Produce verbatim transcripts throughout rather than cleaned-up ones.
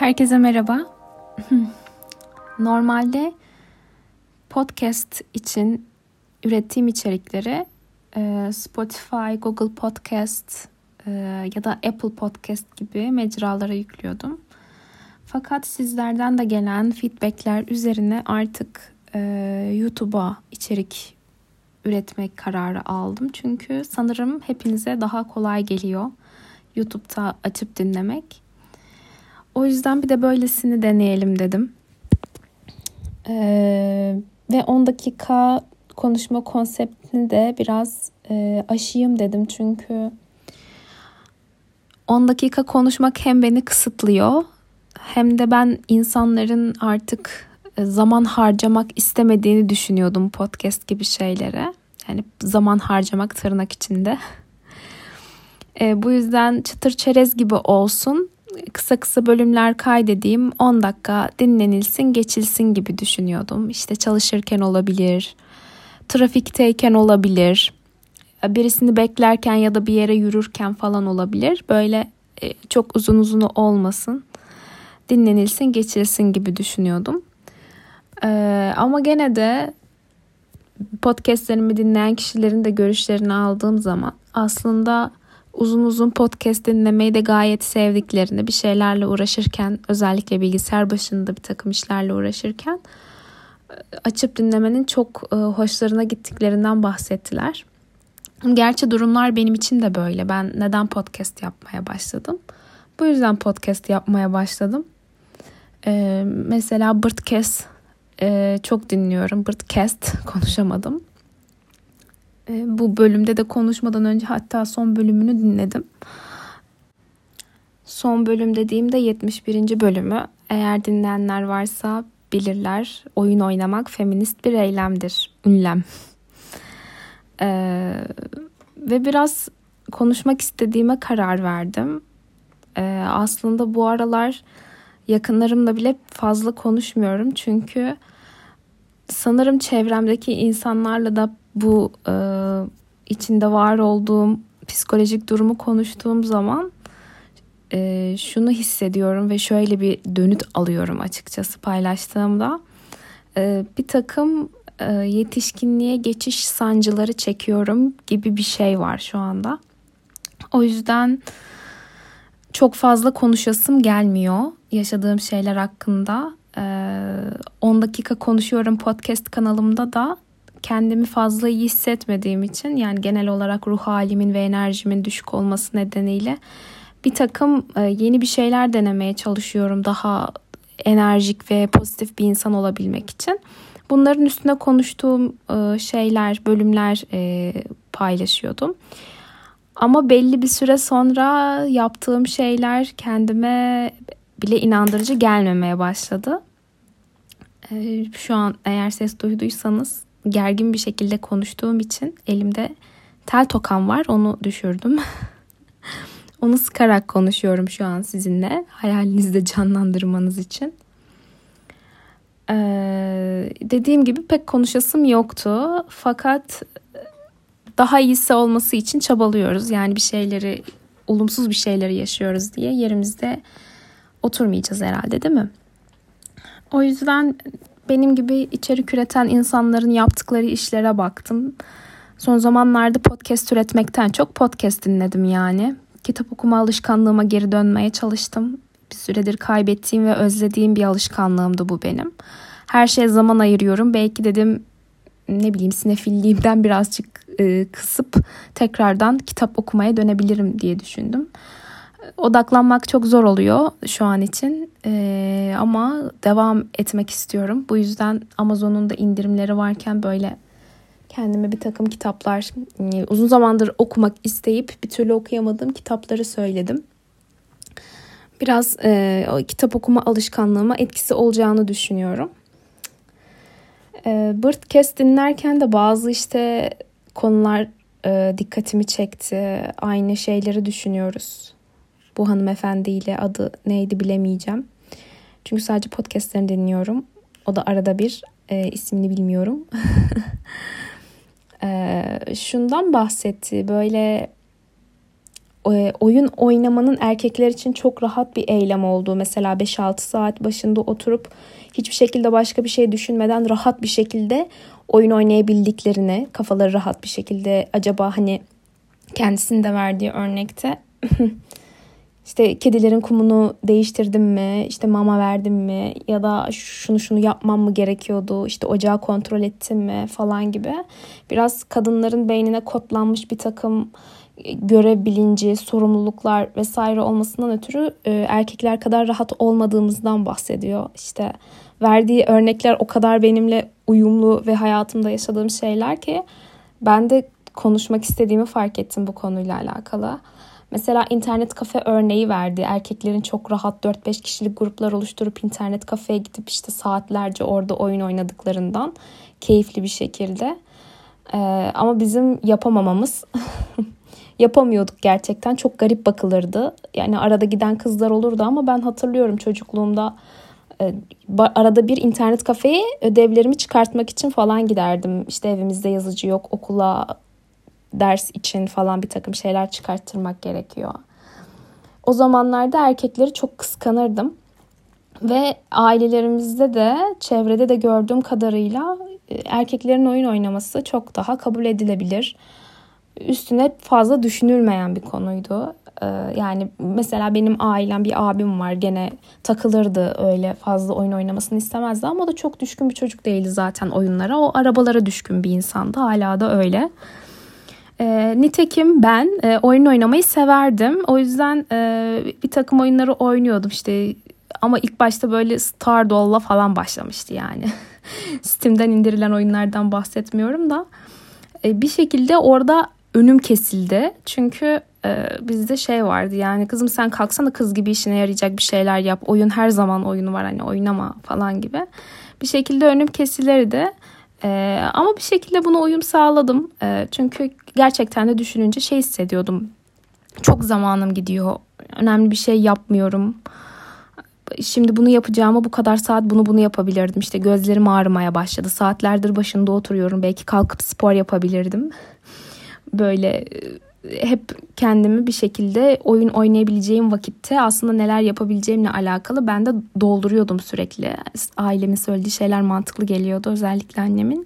Herkese merhaba. Normalde podcast için ürettiğim içerikleri Spotify, Google Podcast ya da Apple Podcast gibi mecralara yüklüyordum. Fakat sizlerden de gelen feedbackler üzerine artık YouTube'a içerik üretmek kararı aldım. Çünkü sanırım hepinize daha kolay geliyor YouTube'da açıp dinlemek. O yüzden bir de böylesini deneyelim dedim. Ee, ve on dakika konuşma konseptini de biraz e, aşayım dedim. Çünkü on dakika konuşmak hem beni kısıtlıyor hem de ben insanların artık zaman harcamak istemediğini düşünüyordum podcast gibi şeylere. Yani zaman harcamak tırnak içinde. E, bu yüzden çıtır çerez gibi olsun. Kısa kısa bölümler kaydedeyim, on dakika dinlenilsin, geçilsin gibi düşünüyordum. İşte çalışırken olabilir, trafikteyken olabilir, birisini beklerken ya da bir yere yürürken falan olabilir. Böyle çok uzun uzun olmasın, dinlenilsin, geçilsin gibi düşünüyordum. Ee, ama gene de podcastlerimi dinleyen kişilerin de görüşlerini aldığım zaman aslında uzun uzun podcast dinlemeyi de gayet sevdiklerini, bir şeylerle uğraşırken, özellikle bilgisayar başında bir takım işlerle uğraşırken açıp dinlemenin çok hoşlarına gittiklerinden bahsettiler. Gerçi durumlar benim için de böyle. Ben neden podcast yapmaya başladım? Bu yüzden podcast yapmaya başladım. Ee, mesela Birdcast e, çok dinliyorum. Birdcast konuşamadım. Bu bölümde de konuşmadan önce hatta son bölümünü dinledim. Son bölüm dediğimde yetmiş birinci bölümü. Eğer dinleyenler varsa bilirler. Oyun oynamak feminist bir eylemdir. Ünlem. Ee, ve biraz konuşmak istediğime karar verdim. Ee, aslında bu aralar yakınlarımla bile fazla konuşmuyorum. Çünkü sanırım çevremdeki insanlarla da bu e, içinde var olduğum psikolojik durumu konuştuğum zaman e, şunu hissediyorum ve şöyle bir dönüt alıyorum açıkçası paylaştığımda. E, bir takım e, yetişkinliğe geçiş sancıları çekiyorum gibi bir şey var şu anda. O yüzden çok fazla konuşasım gelmiyor yaşadığım şeyler hakkında. on dakika konuşuyorum podcast kanalımda da kendimi fazla iyi hissetmediğim için, yani genel olarak ruh halimin ve enerjimin düşük olması nedeniyle bir takım yeni bir şeyler denemeye çalışıyorum daha enerjik ve pozitif bir insan olabilmek için. Bunların üstüne konuştuğum şeyler, bölümler paylaşıyordum. Ama belli bir süre sonra yaptığım şeyler kendime bile inandırıcı gelmemeye başladı. Şu an eğer ses duyduysanız gergin bir şekilde konuştuğum için elimde tel tokam var, onu düşürdüm. Onu sıkarak konuşuyorum şu an sizinle, hayalinizde canlandırmanız için. Ee, dediğim gibi pek konuşasım yoktu. Fakat daha iyisi olması için çabalıyoruz. Yani bir şeyleri, olumsuz bir şeyleri yaşıyoruz diye yerimizde oturmayacağız herhalde, değil mi? O yüzden benim gibi içerik üreten insanların yaptıkları işlere baktım. Son zamanlarda podcast üretmekten çok podcast dinledim yani. Kitap okuma alışkanlığıma geri dönmeye çalıştım. Bir süredir kaybettiğim ve özlediğim bir alışkanlığımdı bu benim. Her şeye zaman ayırıyorum. Belki dedim, ne bileyim, sinefilliğimden birazcık e, kısıp tekrardan kitap okumaya dönebilirim diye düşündüm. Odaklanmak çok zor oluyor şu an için ee, ama devam etmek istiyorum. Bu yüzden Amazon'un da indirimleri varken böyle kendime bir takım kitaplar, uzun zamandır okumak isteyip bir türlü okuyamadığım kitapları söyledim. Biraz e, o kitap okuma alışkanlığıma etkisi olacağını düşünüyorum. E, Birdcast dinlerken de bazı işte konular e, dikkatimi çekti. Aynı şeyleri düşünüyoruz. Bu hanımefendiyle, adı neydi bilemeyeceğim. Çünkü sadece podcastlerini dinliyorum. O da arada bir, e, ismini bilmiyorum. e, şundan bahsetti. Böyle e, oyun oynamanın erkekler için çok rahat bir eylem olduğu, mesela beş altı saat başında oturup hiçbir şekilde başka bir şey düşünmeden rahat bir şekilde oyun oynayabildiklerini, kafaları rahat bir şekilde, acaba hani kendisinin de verdiği örnekte işte kedilerin kumunu değiştirdim mi, işte mama verdim mi, ya da şunu şunu yapmam mı gerekiyordu, işte ocağı kontrol ettim mi falan gibi biraz kadınların beynine kodlanmış bir takım görev bilinci, sorumluluklar vesaire olmasından ötürü e, erkekler kadar rahat olmadığımızdan bahsediyor. İşte verdiği örnekler o kadar benimle uyumlu ve hayatımda yaşadığım şeyler ki ben de konuşmak istediğimi fark ettim bu konuyla alakalı. Mesela internet kafe örneği verdi. Erkeklerin çok rahat dört beş kişilik gruplar oluşturup internet kafeye gidip işte saatlerce orada oyun oynadıklarından keyifli bir şekilde. Ee, ama bizim yapamamamız yapamıyorduk gerçekten. Çok garip bakılırdı. Yani arada giden kızlar olurdu ama ben hatırlıyorum çocukluğumda e, arada bir internet kafeye ödevlerimi çıkartmak için falan giderdim. İşte evimizde yazıcı yok, okula ders için falan bir takım şeyler çıkarttırmak gerekiyor. O zamanlarda erkekleri çok kıskanırdım. Ve ailelerimizde de çevrede de gördüğüm kadarıyla erkeklerin oyun oynaması çok daha kabul edilebilir. Üstüne fazla düşünülmeyen bir konuydu. Yani mesela benim ailem, bir abim var, gene takılırdı, öyle fazla oyun oynamasını istemezdi ama o da çok düşkün bir çocuk değildi zaten oyunlara. O arabalara düşkün bir insandı, hala da öyle. E, nitekim ben e, oyun oynamayı severdim. O yüzden e, bir takım oyunları oynuyordum işte. Ama ilk başta böyle Stardoll'la falan başlamıştı yani. Steam'den indirilen oyunlardan bahsetmiyorum da. E, bir şekilde orada önüm kesildi. Çünkü e, bizde şey vardı, yani kızım sen kalksana, kız gibi işine yarayacak bir şeyler yap. Oyun her zaman oyunu var, hani oynama falan gibi. Bir şekilde önüm kesilirdi. Ee, ama bir şekilde buna uyum sağladım. Ee, çünkü gerçekten de düşününce şey hissediyordum. Çok zamanım gidiyor. Önemli bir şey yapmıyorum. Şimdi bunu yapacağıma bu kadar saat bunu bunu yapabilirdim. İşte gözlerim ağrımaya başladı. Saatlerdir başında oturuyorum. Belki kalkıp spor yapabilirdim. Böyle hep kendimi bir şekilde oyun oynayabileceğim vakitte aslında neler yapabileceğimle alakalı ben de dolduruyordum sürekli. Ailemin söylediği şeyler mantıklı geliyordu, özellikle annemin.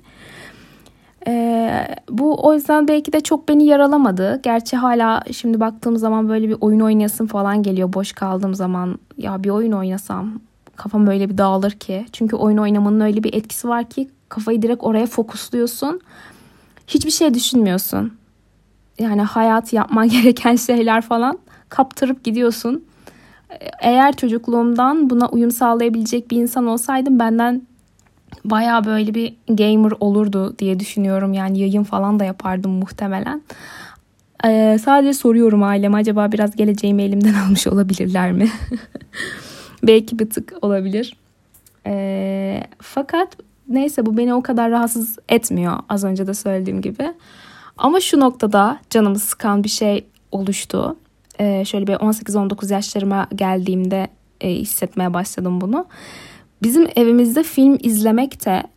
Ee, bu o yüzden belki de çok beni yaralamadı. Gerçi hala şimdi baktığım zaman böyle bir oyun oynayasım falan geliyor. Boş kaldığım zaman ya bir oyun oynasam kafam öyle bir dağılır ki. Çünkü oyun oynamanın öyle bir etkisi var ki kafayı direkt oraya fokusluyorsun. Hiçbir şey düşünmüyorsun. Yani hayat yapman gereken şeyler falan kaptırıp gidiyorsun. Eğer çocukluğumdan buna uyum sağlayabilecek bir insan olsaydım benden bayağı böyle bir gamer olurdu diye düşünüyorum. Yani yayın falan da yapardım muhtemelen. Ee, sadece soruyorum aileme, acaba biraz geleceğimi elimden almış olabilirler mi? Belki bir tık olabilir. Ee, fakat neyse, bu beni o kadar rahatsız etmiyor, az önce de söylediğim gibi. Ama şu noktada canımı sıkan bir şey oluştu. Ee, şöyle bir on sekiz on dokuz yaşlarıma geldiğimde e, hissetmeye başladım bunu. Bizim evimizde film izlemek de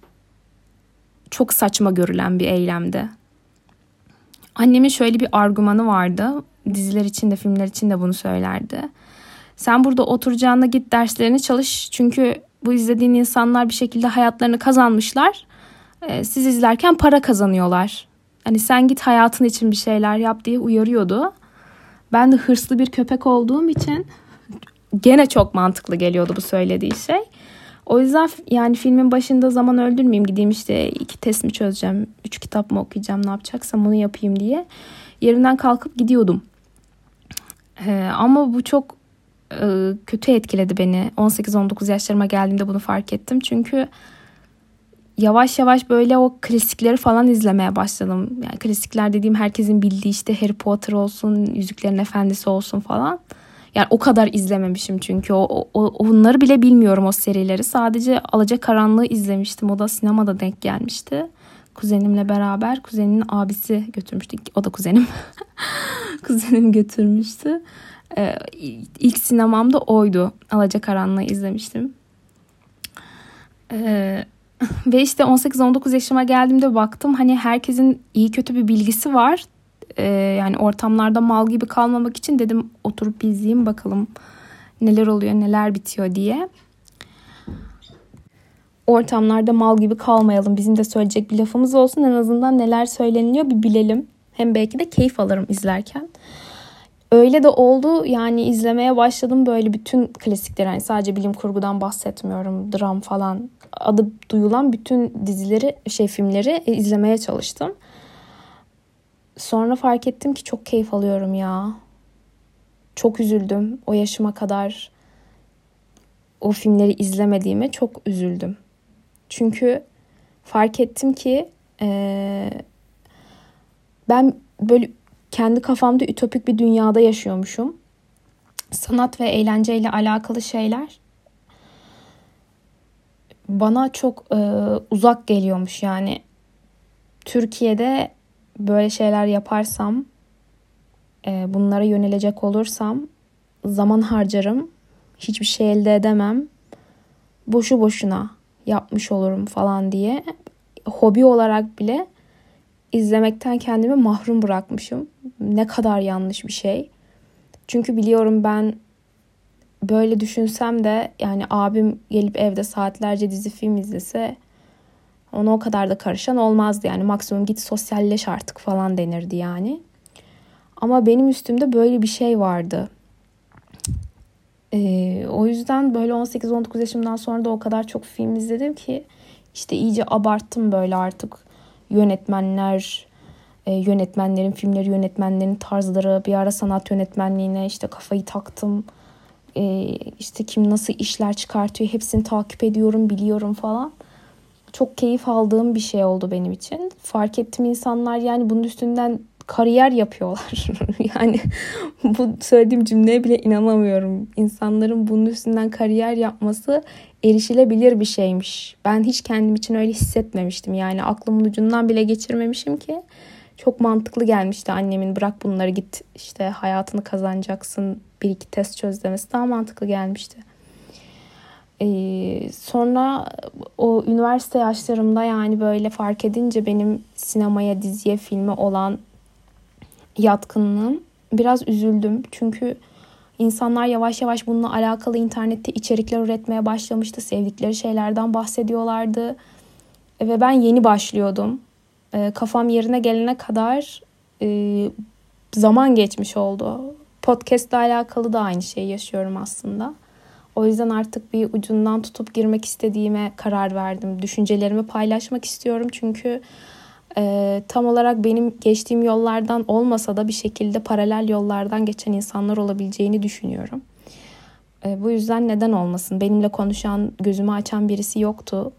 çok saçma görülen bir eylemdi. Annemin şöyle bir argümanı vardı. Diziler için de filmler için de bunu söylerdi. Sen burada oturacağına git derslerini çalış. Çünkü bu izlediğin insanlar bir şekilde hayatlarını kazanmışlar. Ee, siz izlerken para kazanıyorlar. Hani sen git hayatın için bir şeyler yap diye uyarıyordu. Ben de hırslı bir köpek olduğum için gene çok mantıklı geliyordu bu söylediği şey. O yüzden yani filmin başında zaman öldürmeyeyim, gideyim işte iki test mi çözeceğim, üç kitap mı okuyacağım, ne yapacaksam onu yapayım diye yerimden kalkıp gidiyordum. Ee, ama bu çok e, kötü etkiledi beni. on sekiz on dokuz yaşlarıma geldiğimde bunu fark ettim. Çünkü yavaş yavaş böyle o klasikleri falan izlemeye başladım. Yani klasikler dediğim herkesin bildiği işte Harry Potter olsun, Yüzüklerin Efendisi olsun falan. Yani o kadar izlememişim çünkü o, o onları bile bilmiyorum, o serileri. Sadece Alacakaranlık'ı izlemiştim. O da sinemada denk gelmişti. Kuzenimle beraber. Kuzeninin abisi götürmüştü. O da kuzenim. Kuzenim götürmüştü. Ee, ilk sinemam da oydu. Alacakaranlık'ı izlemiştim. Ee, ve işte on sekiz on dokuz yaşıma geldiğimde baktım hani herkesin iyi kötü bir bilgisi var. Ee, yani ortamlarda mal gibi kalmamak için dedim oturup izleyeyim bakalım neler oluyor, neler bitiyor diye. Ortamlarda mal gibi kalmayalım. Bizim de söyleyecek bir lafımız olsun. En azından neler söyleniliyor bir bilelim. Hem belki de keyif alırım izlerken. Öyle de oldu. Yani izlemeye başladım böyle bütün klasikleri. Yani sadece bilim kurgudan bahsetmiyorum. Dram falan. Adı duyulan bütün dizileri, şey filmleri izlemeye çalıştım. Sonra fark ettim ki çok keyif alıyorum ya. Çok üzüldüm. O yaşıma kadar o filmleri izlemediğime çok üzüldüm. Çünkü fark ettim ki ee, ben böyle kendi kafamda ütopik bir dünyada yaşıyormuşum. Sanat ve eğlenceyle alakalı şeyler bana çok e, uzak geliyormuş. Yani Türkiye'de böyle şeyler yaparsam, e, bunlara yönelecek olursam zaman harcarım, hiçbir şey elde edemem, boşu boşuna yapmış olurum falan diye hobi olarak bile izlemekten kendimi mahrum bırakmışım. Ne kadar yanlış bir şey. Çünkü biliyorum ben böyle düşünsem de yani abim gelip evde saatlerce dizi film izlese ona o kadar da karışan olmazdı. Yani maksimum git sosyalleş artık falan denirdi yani. Ama benim üstümde böyle bir şey vardı. Ee, o yüzden böyle on sekiz on dokuz yaşımdan sonra da o kadar çok film izledim ki işte iyice abarttım böyle artık yönetmenler, e, yönetmenlerin filmleri, yönetmenlerin tarzları, bir ara sanat yönetmenliğine işte kafayı taktım. E, işte kim nasıl işler çıkartıyor hepsini takip ediyorum, biliyorum falan. Çok keyif aldığım bir şey oldu benim için. Fark ettim insanlar yani bunun üstünden kariyer yapıyorlar. Yani bu söylediğim cümleye bile inanamıyorum. İnsanların bunun üstünden kariyer yapması erişilebilir bir şeymiş. Ben hiç kendim için öyle hissetmemiştim. Yani aklımın ucundan bile geçirmemişim ki. Çok mantıklı gelmişti annemin bırak bunları git işte hayatını kazanacaksın bir iki test çöz demesi daha mantıklı gelmişti. Ee, sonra o üniversite yaşlarımda yani böyle fark edince benim sinemaya, diziye, filme olan yatkınlığım biraz üzüldüm. Çünkü insanlar yavaş yavaş bununla alakalı internette içerikler üretmeye başlamıştı. Sevdikleri şeylerden bahsediyorlardı. Ve ben yeni başlıyordum. E, kafam yerine gelene kadar e, zaman geçmiş oldu. Podcast'le alakalı da aynı şeyi yaşıyorum aslında. O yüzden artık bir ucundan tutup girmek istediğime karar verdim. Düşüncelerimi paylaşmak istiyorum çünkü e, tam olarak benim geçtiğim yollardan olmasa da bir şekilde paralel yollardan geçen insanlar olabileceğini düşünüyorum. E, bu yüzden neden olmasın? Benimle konuşan, gözümü açan birisi yoktu.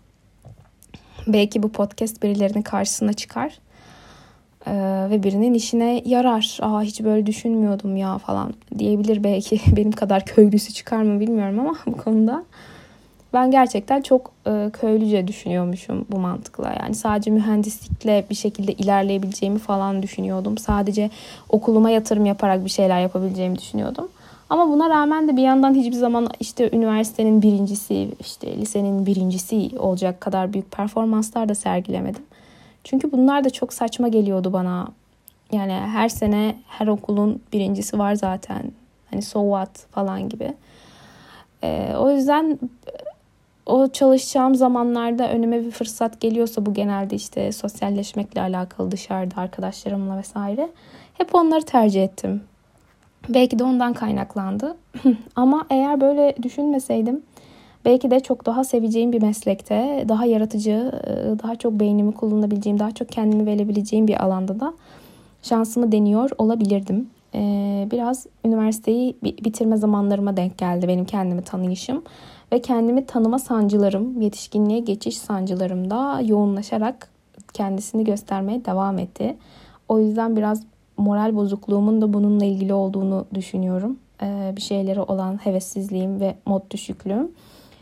Belki bu podcast birilerinin karşısına çıkar ee, ve birinin işine yarar. Aa hiç böyle düşünmüyordum ya falan diyebilir belki. Benim kadar köylüsü çıkar mı bilmiyorum ama bu konuda. Ben gerçekten çok e, köylüce düşünüyormuşum bu mantıkla. Yani sadece mühendislikle bir şekilde ilerleyebileceğimi falan düşünüyordum. Sadece okuluma yatırım yaparak bir şeyler yapabileceğimi düşünüyordum. Ama buna rağmen de bir yandan hiçbir zaman işte üniversitenin birincisi, işte lisenin birincisi olacak kadar büyük performanslar da sergilemedim. Çünkü bunlar da çok saçma geliyordu bana. Yani her sene her okulun birincisi var zaten. Hani so what falan gibi. Ee, o yüzden o çalışacağım zamanlarda önüme bir fırsat geliyorsa bu genelde işte sosyalleşmekle alakalı dışarıda arkadaşlarımla vesaire. Hep onları tercih ettim. Belki de ondan kaynaklandı. Ama eğer böyle düşünmeseydim belki de çok daha seveceğim bir meslekte, daha yaratıcı, daha çok beynimi kullanabileceğim, daha çok kendimi verebileceğim bir alanda da şansımı deniyor olabilirdim. Biraz üniversiteyi bitirme zamanlarıma denk geldi benim kendimi tanıyışım. Ve kendimi tanıma sancılarım, yetişkinliğe geçiş sancılarım da yoğunlaşarak kendisini göstermeye devam etti. O yüzden biraz moral bozukluğumun da bununla ilgili olduğunu düşünüyorum. Ee, bir şeylere olan hevessizliğim ve mod düşüklüğüm.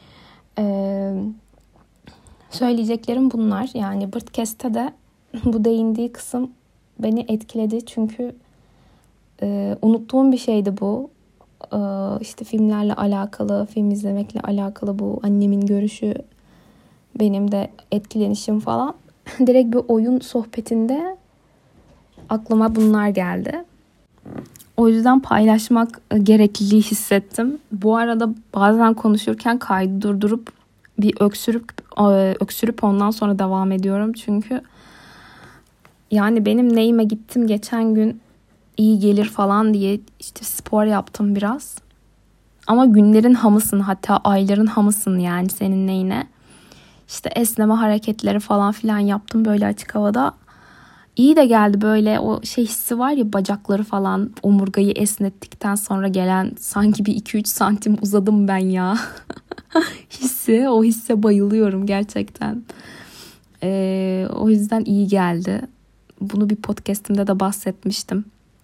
Ee, söyleyeceklerim bunlar. Yani Birdcast'te de bu değindiği kısım beni etkiledi. Çünkü e, unuttuğum bir şeydi bu. Ee, işte filmlerle alakalı, film izlemekle alakalı bu annemin görüşü, benim de etkilenişim falan. Direkt bir oyun sohbetinde Aklıma bunlar geldi. O yüzden paylaşmak gerekliliği hissettim. Bu arada bazen konuşurken kaydı durdurup bir öksürüp öksürüp ondan sonra devam ediyorum. Çünkü yani benim neyime gittim geçen gün iyi gelir falan diye işte spor yaptım biraz. Ama günlerin hamısın, hatta ayların hamısın yani senin neyine. İşte esneme hareketleri falan filan yaptım böyle açık havada. İyi de geldi, böyle o şey hissi var ya, bacakları falan omurgayı esnettikten sonra gelen sanki bir iki üç santim uzadım ben ya. Hissi, o hisse bayılıyorum gerçekten. Ee, o yüzden iyi geldi. Bunu bir podcastimde de bahsetmiştim.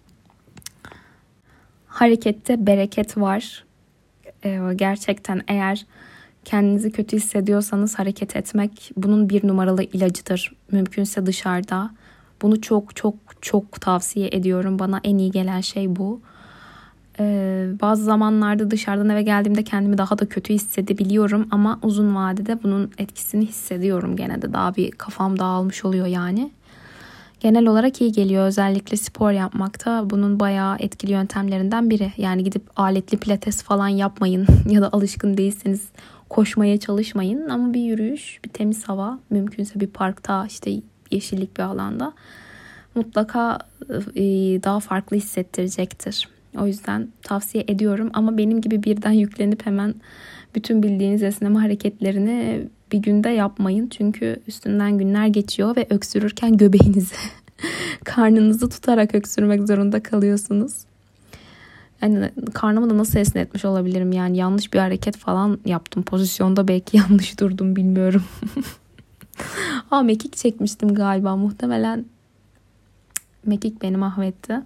Harekette bereket var. Ee, gerçekten eğer kendinizi kötü hissediyorsanız hareket etmek bunun bir numaralı ilacıdır. Mümkünse dışarıda. Bunu çok çok çok tavsiye ediyorum. Bana en iyi gelen şey bu. Ee, bazı zamanlarda dışarıdan eve geldiğimde kendimi daha da kötü hissedebiliyorum. Ama uzun vadede bunun etkisini hissediyorum gene de. Daha bir kafam dağılmış oluyor yani. Genel olarak iyi geliyor. Özellikle spor yapmakta bunun bayağı etkili yöntemlerinden biri. Yani gidip aletli pilates falan yapmayın. Ya da alışkın değilseniz koşmaya çalışmayın. Ama bir yürüyüş, bir temiz hava, mümkünse bir parkta, işte yeşillik bir alanda mutlaka daha farklı hissettirecektir. O yüzden tavsiye ediyorum. Ama benim gibi birden yüklenip hemen bütün bildiğiniz esneme hareketlerini bir günde yapmayın. Çünkü üstünden günler geçiyor ve öksürürken göbeğinizi, karnınızı tutarak öksürmek zorunda kalıyorsunuz. Yani karnımı da nasıl esnetmiş olabilirim? Yani yanlış bir hareket falan yaptım. Pozisyonda belki yanlış durdum, bilmiyorum. Aa, mekik çekmiştim galiba. Muhtemelen mekik beni mahvetti.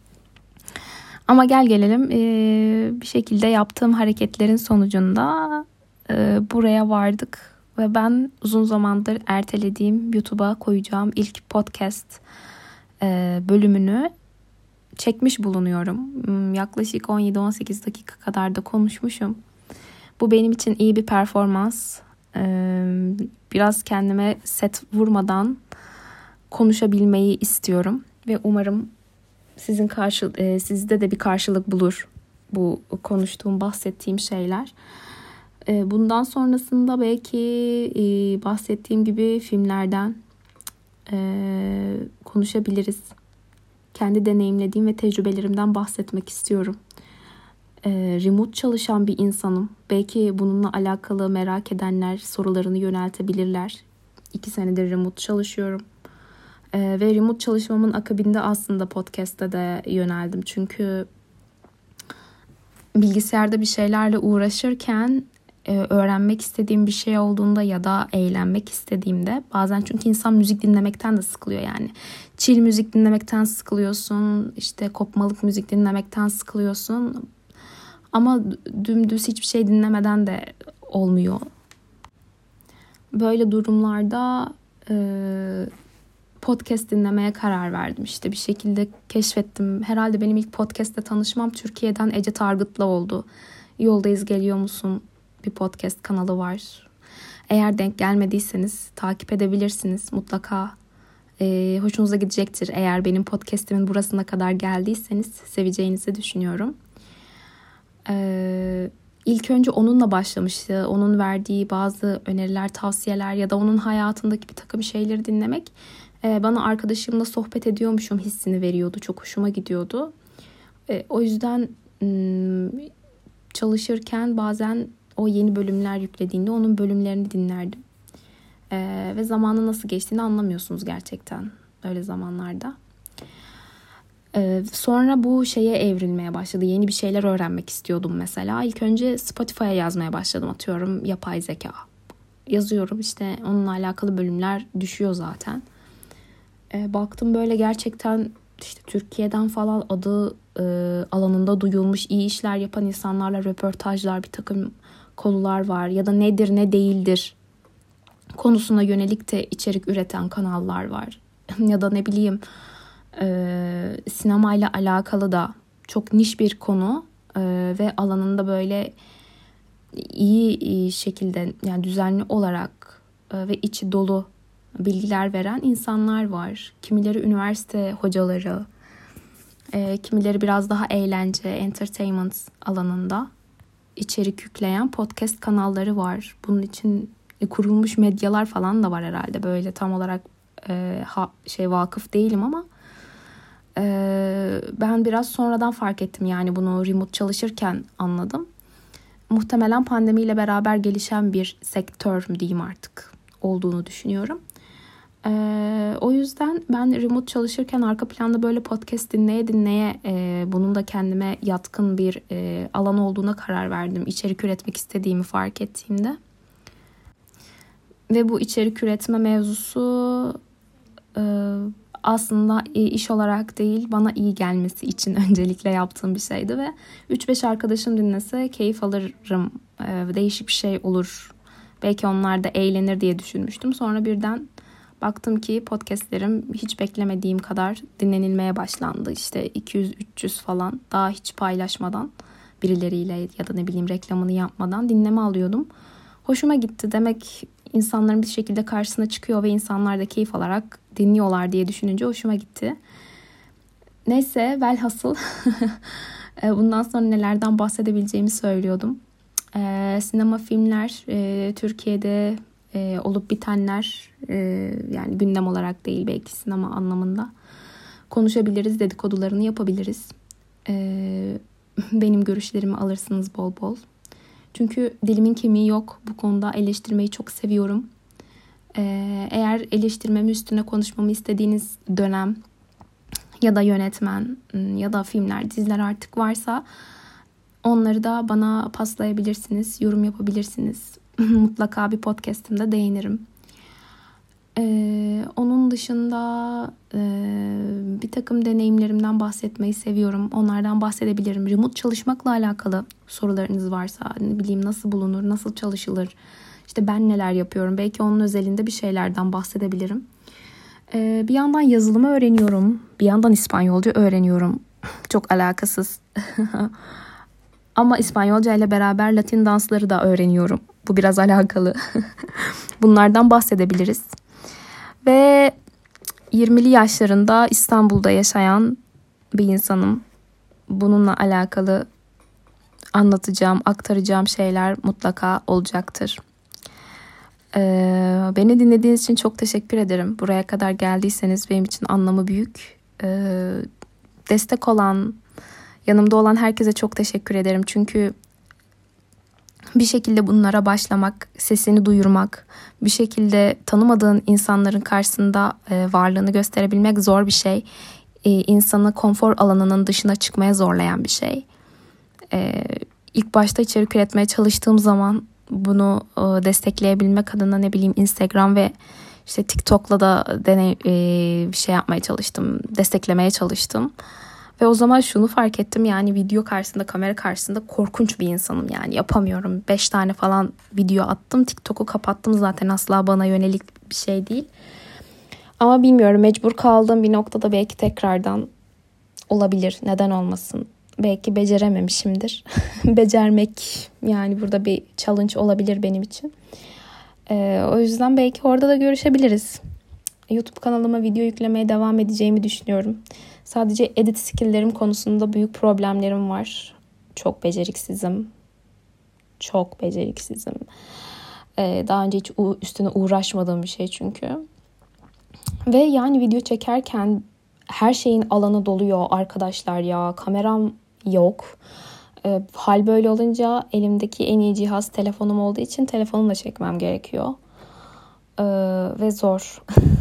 Ama gel gelelim ee, bir şekilde yaptığım hareketlerin sonucunda e, buraya vardık. Ve ben uzun zamandır ertelediğim, YouTube'a koyacağım ilk podcast e, bölümünü çekmiş bulunuyorum. Yaklaşık on yedi on sekiz dakika kadar da konuşmuşum. Bu benim için iyi bir performans. Ee, biraz kendime set vurmadan konuşabilmeyi istiyorum. Ve umarım sizin karşı, e, sizde de bir karşılık bulur bu konuştuğum, bahsettiğim şeyler. E, bundan sonrasında belki e, bahsettiğim gibi filmlerden e, konuşabiliriz. Kendi deneyimlediğim ve tecrübelerimden bahsetmek istiyorum. E, remote çalışan bir insanım. Belki bununla alakalı merak edenler sorularını yöneltebilirler. İki senedir remote çalışıyorum. E, ve remote çalışmamın akabinde aslında podcast'te de yöneldim. Çünkü bilgisayarda bir şeylerle uğraşırken e, öğrenmek istediğim bir şey olduğunda ya da eğlenmek istediğimde bazen, çünkü insan müzik dinlemekten de sıkılıyor yani. Chill müzik dinlemekten sıkılıyorsun, işte kopmalık müzik dinlemekten sıkılıyorsun. Ama dümdüz hiçbir şey dinlemeden de olmuyor. Böyle durumlarda e, podcast dinlemeye karar verdim. İşte bir şekilde keşfettim. Herhalde benim ilk podcast'te tanışmam Türkiye'den Ece Targıt'la oldu. Yoldayız Geliyor Musun? Bir podcast kanalı var. Eğer denk gelmediyseniz takip edebilirsiniz. Mutlaka e, hoşunuza gidecektir. Eğer benim podcastimin burasına kadar geldiyseniz seveceğinizi düşünüyorum. Ee, ilk önce onunla başlamıştı. Onun verdiği bazı öneriler, tavsiyeler ya da onun hayatındaki bir takım şeyleri dinlemek e, bana arkadaşımla sohbet ediyormuşum hissini veriyordu. Çok hoşuma gidiyordu. E, o yüzden m- çalışırken bazen o yeni bölümler yüklediğinde onun bölümlerini dinlerdim. E, ve zamanın nasıl geçtiğini anlamıyorsunuz gerçekten öyle zamanlarda. Sonra bu şeye evrilmeye başladı. Yeni bir şeyler öğrenmek istiyordum mesela. İlk önce Spotify'a yazmaya başladım, atıyorum yapay zeka. Yazıyorum, işte onunla alakalı bölümler düşüyor zaten. E, baktım böyle gerçekten işte Türkiye'den falan adı e, alanında duyulmuş iyi işler yapan insanlarla röportajlar, bir takım konular var. Ya da nedir ne değildir konusuna yönelik de içerik üreten kanallar var. Ya da ne bileyim Ee, sinemayla alakalı da çok niş bir konu ee, ve alanında böyle iyi, iyi şekilde, yani düzenli olarak e, ve içi dolu bilgiler veren insanlar var. Kimileri üniversite hocaları, e, kimileri biraz daha eğlence, entertainment alanında içerik yükleyen podcast kanalları var. Bunun için kurulmuş medyalar falan da var herhalde. Böyle tam olarak e, ha, şey vakıf değilim ama e, ben biraz sonradan fark ettim, yani bunu remote çalışırken anladım. Muhtemelen pandemiyle beraber gelişen bir sektör mü diyeyim artık olduğunu düşünüyorum. Ee, o yüzden ben remote çalışırken arka planda böyle podcast dinleye dinleye e, bunun da kendime yatkın bir e, alan olduğuna karar verdim. İçerik üretmek istediğimi fark ettiğimde. Ve bu içerik üretme mevzusu e, aslında iş olarak değil, bana iyi gelmesi için öncelikle yaptığım bir şeydi ve üç beş arkadaşım dinlese keyif alırım, e, değişik bir şey olur. Belki onlar da eğlenir diye düşünmüştüm. Sonra birden baktım ki podcastlerim hiç beklemediğim kadar dinlenilmeye başlandı. İşte iki yüz üç yüz falan, daha hiç paylaşmadan, birileriyle ya da ne bileyim reklamını yapmadan dinleme alıyordum. Hoşuma gitti. Demek insanların bir şekilde karşısına çıkıyor ve insanlar da keyif alarak dinliyorlar diye düşününce hoşuma gitti. Neyse, velhasıl bundan sonra nelerden bahsedebileceğimi söylüyordum. Ee, sinema, filmler, e, Türkiye'de e, olup bitenler, e, yani gündem olarak değil, belki sinema anlamında konuşabiliriz, dedikodularını yapabiliriz. E, benim görüşlerimi alırsınız bol bol. Çünkü dilimin kemiği yok. Bu konuda eleştirmeyi çok seviyorum. Ee, eğer eleştirmemi, üstüne konuşmamı istediğiniz dönem ya da yönetmen ya da filmler, diziler artık varsa onları da bana paslayabilirsiniz, yorum yapabilirsiniz. Mutlaka bir podcast'imde değinirim. Ee, onun dışında e, bir takım deneyimlerimden bahsetmeyi seviyorum. Onlardan bahsedebilirim. Remote çalışmakla alakalı sorularınız varsa, ne bileyim nasıl bulunur, nasıl çalışılır, İşte ben neler yapıyorum, belki onun özelinde bir şeylerden bahsedebilirim. Ee, bir yandan yazılımı öğreniyorum, bir yandan İspanyolca öğreniyorum. Çok alakasız. Ama İspanyolca ile beraber Latin dansları da öğreniyorum. Bu biraz alakalı. Bunlardan bahsedebiliriz. Ve yirmili yaşlarında İstanbul'da yaşayan bir insanım. Bununla alakalı anlatacağım, aktaracağım şeyler mutlaka olacaktır. Ee, beni dinlediğiniz için çok teşekkür ederim. Buraya kadar geldiyseniz benim için anlamı büyük. Ee, destek olan, yanımda olan herkese çok teşekkür ederim. Çünkü bir şekilde bunlara başlamak, sesini duyurmak, bir şekilde tanımadığın insanların karşısında e, varlığını gösterebilmek zor bir şey. E, insanı konfor alanının dışına çıkmaya zorlayan bir şey. E, ilk başta içerik üretmeye çalıştığım zaman bunu e, destekleyebilmek adına ne bileyim Instagram ve işte TikTok'la da deney, e, bir şey yapmaya çalıştım, desteklemeye çalıştım. Ve o zaman şunu fark ettim, yani video karşısında, kamera karşısında korkunç bir insanım, yani yapamıyorum. Beş tane falan video attım, TikTok'u kapattım, zaten asla bana yönelik bir şey değil. Ama bilmiyorum, mecbur kaldığım bir noktada belki tekrardan olabilir, neden olmasın. Belki becerememişimdir. Becermek, yani burada bir challenge olabilir benim için. Ee, o yüzden belki orada da görüşebiliriz. YouTube kanalıma video yüklemeye devam edeceğimi düşünüyorum. Sadece edit skill'lerim konusunda büyük problemlerim var. Çok beceriksizim. Çok beceriksizim. Ee, daha önce hiç üstüne uğraşmadığım bir şey çünkü. Ve yani video çekerken her şeyin alanı doluyor arkadaşlar ya. Kameram yok. Ee, hal böyle olunca elimdeki en iyi cihaz telefonum olduğu için telefonumla çekmem gerekiyor. Ee, ve zor.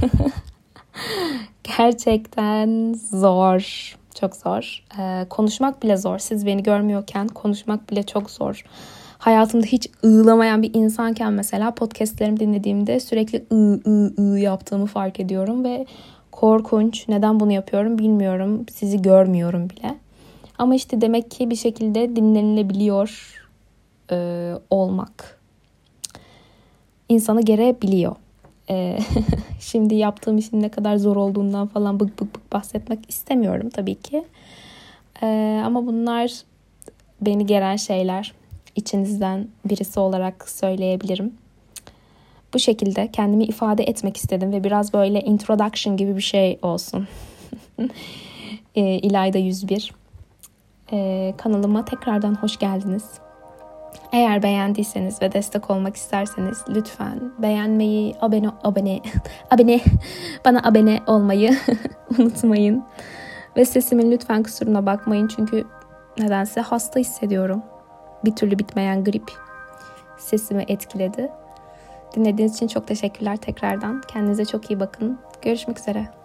Gerçekten zor. Çok zor. Ee, konuşmak bile zor. Siz beni görmüyorken konuşmak bile çok zor. Hayatımda hiç ığlamayan bir insanken mesela podcastlerimi dinlediğimde sürekli ı ı ı yaptığımı fark ediyorum ve korkunç. Neden bunu yapıyorum bilmiyorum. Sizi görmüyorum bile. Ama işte demek ki bir şekilde dinlenilebiliyor e, olmak insanı gerebiliyor. Ee, şimdi yaptığım işin ne kadar zor olduğundan falan bık bık bık bahsetmek istemiyorum tabii ki. Ee, ama bunlar beni geren şeyler. İçinizden birisi olarak söyleyebilirim. Bu şekilde kendimi ifade etmek istedim ve biraz böyle introduction gibi bir şey olsun. e, İlayda yüz bir. E, kanalıma tekrardan hoş geldiniz. Eğer beğendiyseniz ve destek olmak isterseniz lütfen beğenmeyi, abone abone abone bana abone olmayı unutmayın. Ve sesimin lütfen kusuruna bakmayın çünkü nedense hasta hissediyorum. Bir türlü bitmeyen grip sesimi etkiledi. Dinlediğiniz için çok teşekkürler tekrardan. Kendinize çok iyi bakın. Görüşmek üzere.